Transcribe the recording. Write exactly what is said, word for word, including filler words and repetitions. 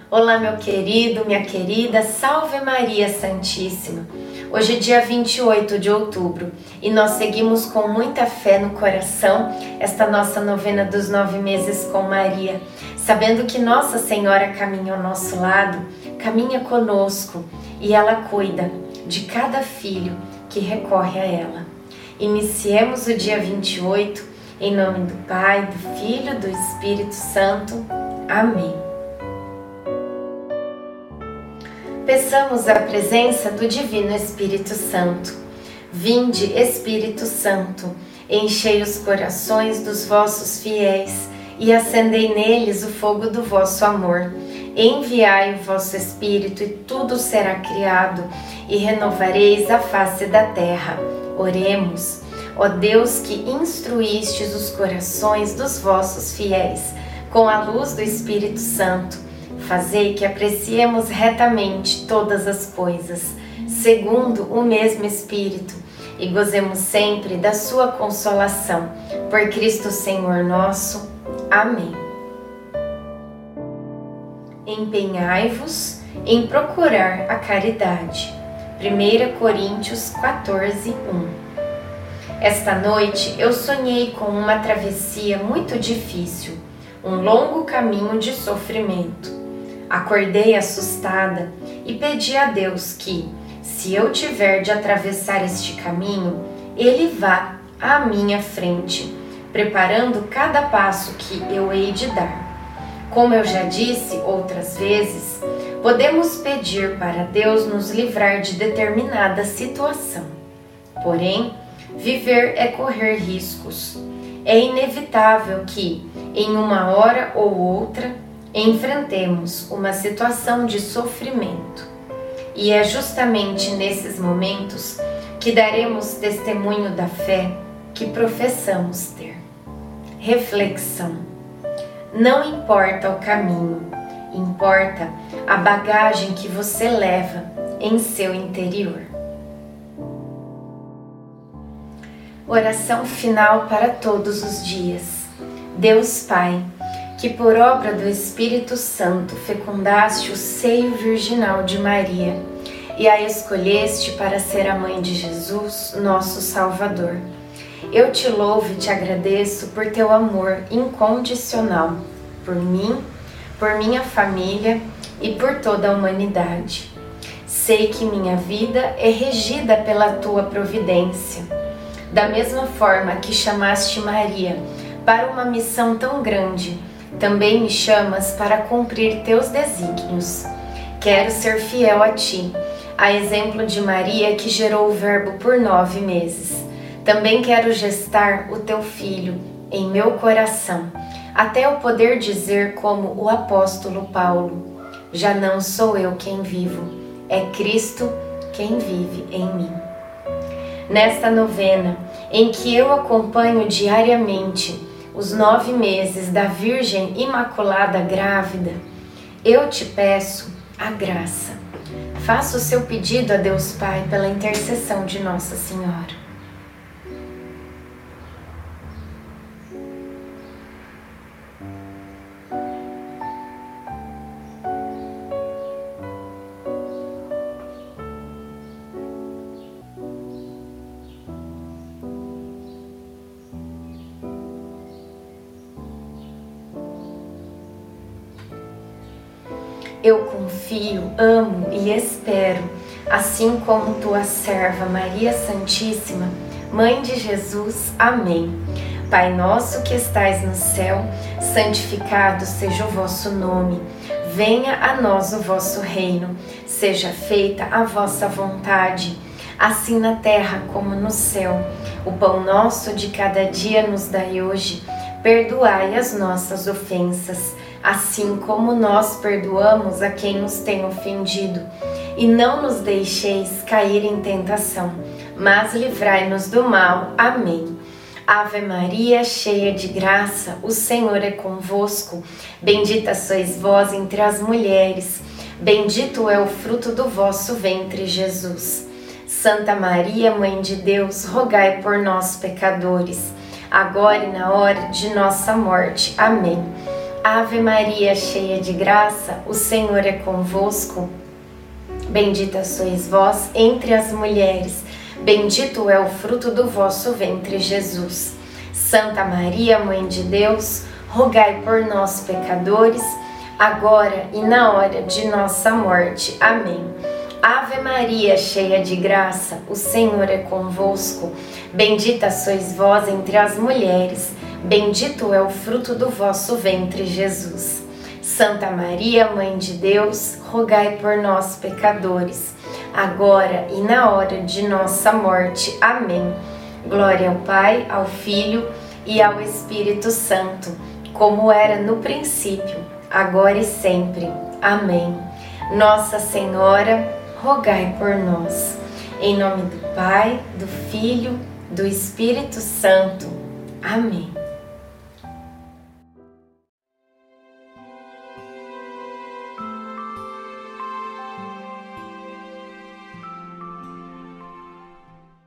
Olá, meu querido, minha querida, salve Maria Santíssima. Hoje é dia vinte e oito de outubro e nós seguimos com muita fé no coração esta nossa novena dos nove meses com Maria, sabendo que Nossa Senhora caminha ao nosso lado, caminha conosco e ela cuida de cada filho que recorre a ela. Iniciemos o dia vinte e oito em nome do Pai, do Filho e do Espírito Santo. Amém. Peçamos a presença do Divino Espírito Santo. Vinde, Espírito Santo, enchei os corações dos vossos fiéis e acendei neles o fogo do vosso amor. Enviai o vosso Espírito e tudo será criado e renovareis a face da terra. Oremos. Ó Deus, que instruístes os corações dos vossos fiéis com a luz do Espírito Santo, fazei que apreciemos retamente todas as coisas, segundo o mesmo Espírito, e gozemos sempre da sua consolação. Por Cristo Senhor nosso. Amém. Empenhai-vos em procurar a caridade. primeira Coríntios quatorze, um. Esta noite eu sonhei com uma travessia muito difícil, um longo caminho de sofrimento. Acordei assustada e pedi a Deus que, se eu tiver de atravessar este caminho, Ele vá à minha frente, preparando cada passo que eu hei de dar. Como eu já disse outras vezes, podemos pedir para Deus nos livrar de determinada situação. Porém, viver é correr riscos. É inevitável que, em uma hora ou outra, enfrentemos uma situação de sofrimento. E é justamente nesses momentos que daremos testemunho da fé que professamos ter. Reflexão. Não importa o caminho, importa a bagagem que você leva em seu interior. Oração final para todos os dias. Deus Pai, que por obra do Espírito Santo fecundaste o seio virginal de Maria e a escolheste para ser a mãe de Jesus, nosso Salvador. Eu te louvo e te agradeço por teu amor incondicional, por mim, por minha família e por toda a humanidade. Sei que minha vida é regida pela tua providência. Da mesma forma que chamaste Maria para uma missão tão grande, também me chamas para cumprir teus desígnios. Quero ser fiel a ti, a exemplo de Maria que gerou o Verbo por nove meses. Também quero gestar o teu Filho em meu coração, até eu poder dizer como o apóstolo Paulo: já não sou eu quem vivo, é Cristo quem vive em mim. Nesta novena, em que eu acompanho diariamente os nove meses da Virgem Imaculada Grávida, eu te peço a graça. Faça o seu pedido a Deus Pai pela intercessão de Nossa Senhora. Eu confio, amo e espero, assim como tua serva Maria Santíssima, Mãe de Jesus. Amém. Pai nosso que estais no céu, santificado seja o vosso nome. Venha a nós o vosso reino. Seja feita a vossa vontade, assim na terra como no céu. O pão nosso de cada dia nos dai hoje. Perdoai as nossas ofensas, assim como nós perdoamos a quem nos tem ofendido. E não nos deixeis cair em tentação, mas livrai-nos do mal. Amém. Ave Maria, cheia de graça, o Senhor é convosco. Bendita sois vós entre as mulheres, bendito é o fruto do vosso ventre, Jesus. Santa Maria, Mãe de Deus, rogai por nós, pecadores, agora e na hora de nossa morte. Amém. Ave Maria, cheia de graça, o Senhor é convosco. Bendita sois vós entre as mulheres, bendito é o fruto do vosso ventre, Jesus. Santa Maria, Mãe de Deus, rogai por nós, pecadores, agora e na hora de nossa morte. Amém. Ave Maria, cheia de graça, o Senhor é convosco. Bendita sois vós entre as mulheres, bendito é o fruto do vosso ventre, Jesus. Santa Maria, Mãe de Deus, rogai por nós, pecadores, agora e na hora de nossa morte. Amém. Glória ao Pai, ao Filho e ao Espírito Santo, como era no princípio, agora e sempre. Amém. Nossa Senhora, rogai por nós. Em nome do Pai, do Filho, do Espírito Santo. Amém.